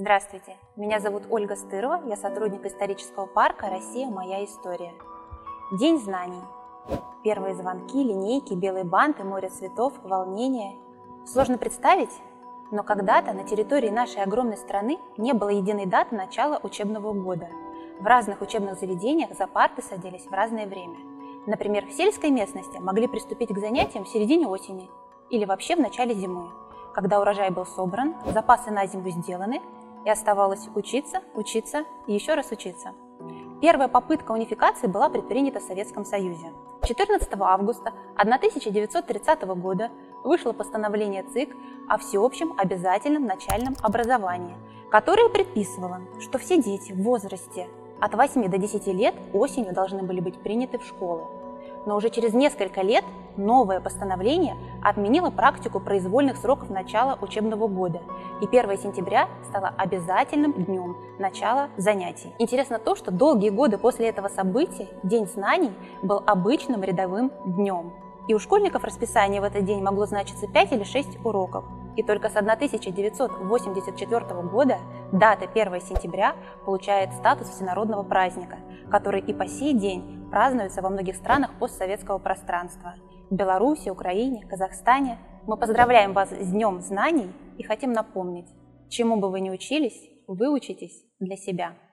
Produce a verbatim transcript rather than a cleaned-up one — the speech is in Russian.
Здравствуйте, меня зовут Ольга Стырова, я сотрудник исторического парка «Россия. Моя история». День знаний. Первые звонки, линейки, белые банты, море цветов, волнение. Сложно представить, но когда-то на территории нашей огромной страны не было единой даты начала учебного года. В разных учебных заведениях за парты садились в разное время. Например, в сельской местности могли приступить к занятиям в середине осени или вообще в начале зимы, когда урожай был собран, запасы на зиму сделаны, и оставалось учиться, учиться и еще раз учиться. Первая попытка унификации была предпринята в Советском Союзе. четырнадцатого августа тысяча девятьсот тридцатого года вышло постановление ЦИК о всеобщем обязательном начальном образовании, которое предписывало, что все дети в возрасте от восьми до десяти лет осенью должны были быть приняты в школы. Но уже через несколько лет новое постановление отменило практику произвольных сроков начала учебного года, и первое сентября стало обязательным днем начала занятий. Интересно то, что долгие годы после этого события День знаний был обычным рядовым днем. И у школьников расписание в этот день могло значиться пять или шесть уроков. И только с тысяча девятьсот восемьдесят четвёртого года дата первого сентября получает статус всенародного праздника, который и по сей день празднуется во многих странах постсоветского пространства. В Беларуси, Украине, Казахстане. Мы поздравляем вас с Днем знаний и хотим напомнить, чему бы вы ни учились, вы учитесь для себя.